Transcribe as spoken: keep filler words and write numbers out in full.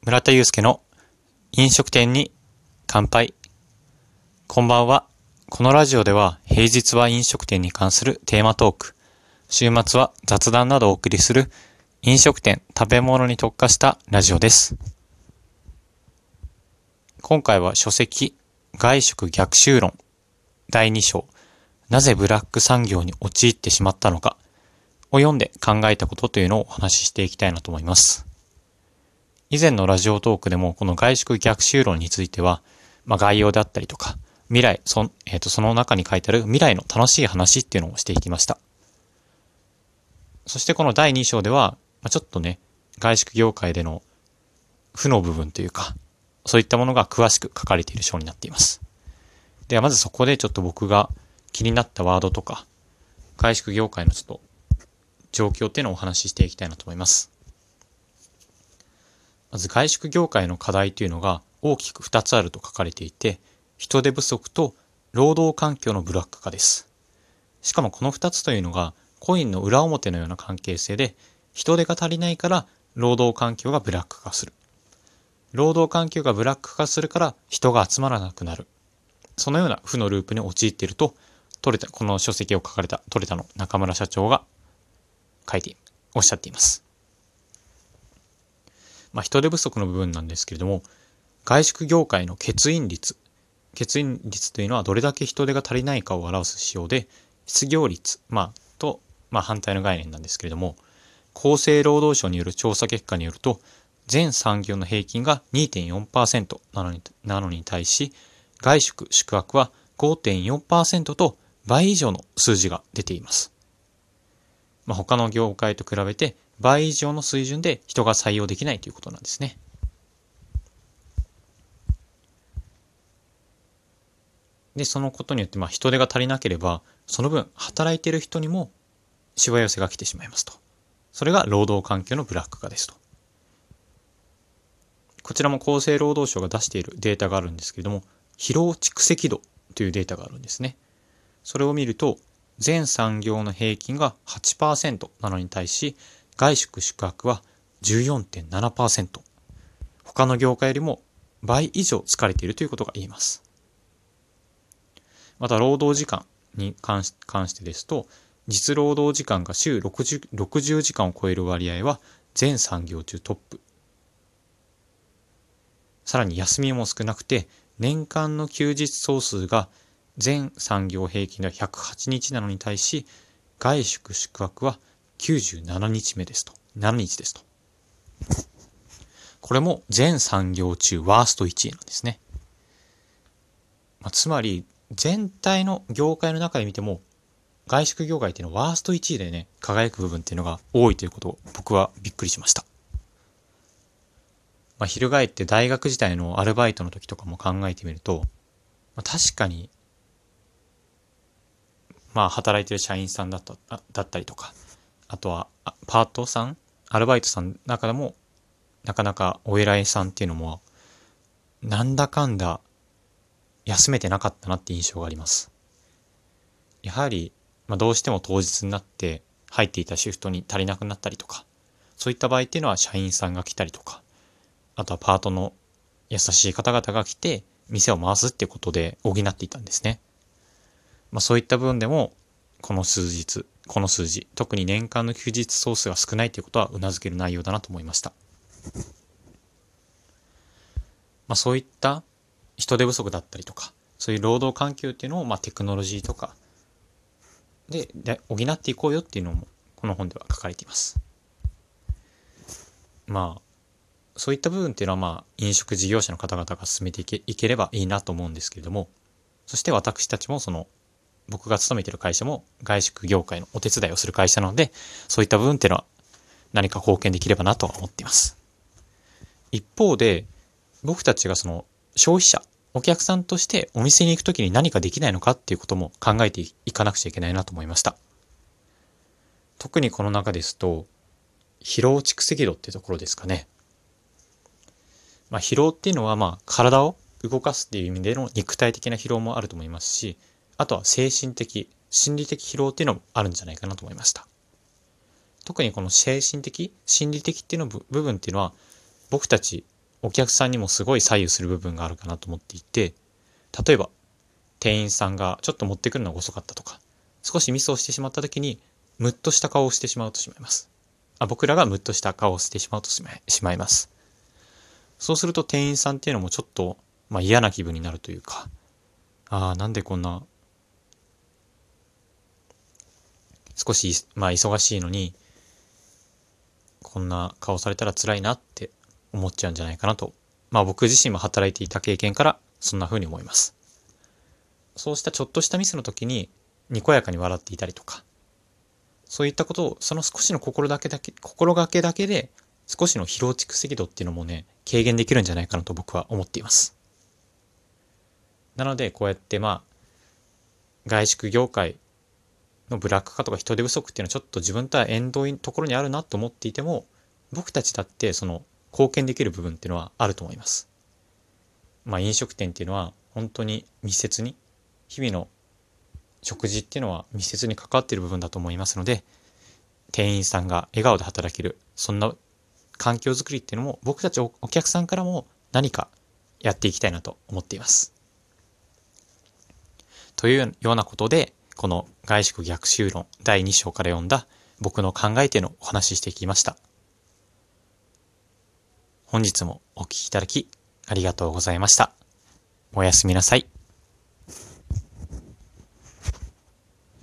村田祐介の飲食店に乾杯。こんばんは。このラジオでは平日は飲食店に関するテーマトーク、週末は雑談などをお送りする飲食店食べ物に特化したラジオです。今回は書籍外食逆襲論だいに章、なぜブラック産業に陥ってしまったのかを読んで考えたことというのをお話ししていきたいなと思います。以前のラジオトークでもこの外食逆襲論については、まあ、概要であったりとか未来 そ,、えー、とその中に書いてある未来の楽しい話っていうのをしていきました。そしてこのだいに章では、まあ、ちょっとね外食業界での負の部分というかそういったものが詳しく書かれている章になっています。ではまずそこでちょっと僕が気になったワードとか外食業界のちょっと状況っていうのをお話ししていきたいなと思います。まず外食業界の課題というのが大きくふたつあると書かれていて、人手不足と労働環境のブラック化です。しかもこのふたつというのがコインの裏表のような関係性で、人手が足りないから労働環境がブラック化する。労働環境がブラック化するから人が集まらなくなる。そのような負のループに陥っていると、トレタ、この書籍を書かれたトレタの中村社長が書いて、おっしゃっています。まあ、人手不足の部分なんですけれども、外食業界の欠員率。欠員率というのはどれだけ人手が足りないかを表す指標で、失業率、まあ、と、まあ、反対の概念なんですけれども、厚生労働省による調査結果によると、全産業の平均が にてんよんパーセント なのに、なのに対し、外食・宿泊は ごてんよんパーセント と倍以上の数字が出ています。まあ、他の業界と比べて倍以上の水準で人が採用できないということなんですね。で、そのことによってまあ人手が足りなければ、その分働いている人にもしわ寄せが来てしまいますと。それが労働環境のブラック化ですと。こちらも厚生労働省が出しているデータがあるんですけれども、疲労蓄積度というデータがあるんですね。それを見ると、全産業の平均が はちパーセント なのに対し、外食・宿泊は じゅうよんてんななパーセント。他の業界よりも倍以上疲れているということが言えます。また、労働時間に関し、関してですと、実労働時間が週ろくじゅう、ろくじゅうじかんを超える割合は全産業中トップ。さらに休みも少なくて、年間の休日総数が全産業平均ではひゃくはちにちなのに対し、外食・宿泊はきゅうじゅうななにちめですと。ななにちですと。これも全産業中ワーストいちいなんですね。まあ、つまり、全体の業界の中で見ても、外食業界っていうのはワーストいちいでね、輝く部分っていうのが多いということを僕はびっくりしました。まあ、翻って大学時代のアルバイトの時とかも考えてみると、まあ、確かに、まあ、働いてる社員さんだった、だったりとか、あとは、パートさん、アルバイトさんの中でも、なかなかお偉いさんっていうのも、なんだかんだ、休めてなかったなって印象があります。やはり、まあ、どうしても当日になって、入っていたシフトに足りなくなったりとか、そういった場合っていうのは社員さんが来たりとか、あとはパートの優しい方々が来て、店を回すっていうことで補っていたんですね。まあ、そういった部分でも、この数日、この数字、特に年間の休日総数が少ないということは頷ける内容だなと思いました。まあ、そういった人手不足だったりとか、そういう労働環境っていうのを、まあ、テクノロジーとかで、で補っていこうよっていうのも、この本では書かれています。まあ、そういった部分っていうのは、まあ、飲食事業者の方々が進めていけ、いければいいなと思うんですけれども、そして私たちもその、僕が勤めている会社も外食業界のお手伝いをする会社なので、そういった部分っていうのは何か貢献できればなとは思っています。一方で、僕たちがその消費者、お客さんとしてお店に行くときに何かできないのかっていうことも考えていかなくちゃいけないなと思いました。特にこの中ですと、疲労蓄積度っていうところですかね。まあ、疲労っていうのはまあ体を動かすっていう意味での肉体的な疲労もあると思いますし、あとは精神的、心理的疲労っていうのもあるんじゃないかなと思いました。特にこの精神的、心理的っていうの部分っていうのは、僕たちお客さんにもすごい左右する部分があるかなと思っていて、例えば店員さんがちょっと持ってくるのが遅かったとか、少しミスをしてしまった時にムッとした顔をしてしまうとしまいます。あ、僕らがムッとした顔をしてしまうとしまい、しまいます。そうすると店員さんっていうのもちょっと、まあ、嫌な気分になるというか、ああ、なんでこんな少し、まあ、忙しいのにこんな顔されたら辛いなって思っちゃうんじゃないかなと、まあ僕自身も働いていた経験からそんな風に思います。そうしたちょっとしたミスの時ににこやかに笑っていたりとか、そういったことをその少しの心だけだけ心がけだけで少しの疲労蓄積度っていうのもね、軽減できるんじゃないかなと僕は思っています。なのでこうやってまあ外食業界のブラック化とか人手不足っていうのはちょっと自分とは縁遠いところにあるなと思っていても、僕たちだってその貢献できる部分っていうのはあると思います。まあ飲食店っていうのは本当に密接に、日々の食事っていうのは密接に関わっている部分だと思いますので、店員さんが笑顔で働ける、そんな環境づくりっていうのも僕たちお客さんからも何かやっていきたいなと思っています。というようなことで、この外食逆襲論だいに章から読んだ僕の考えてのお話ししてきました。本日もお聞きいただきありがとうございました。おやすみなさい。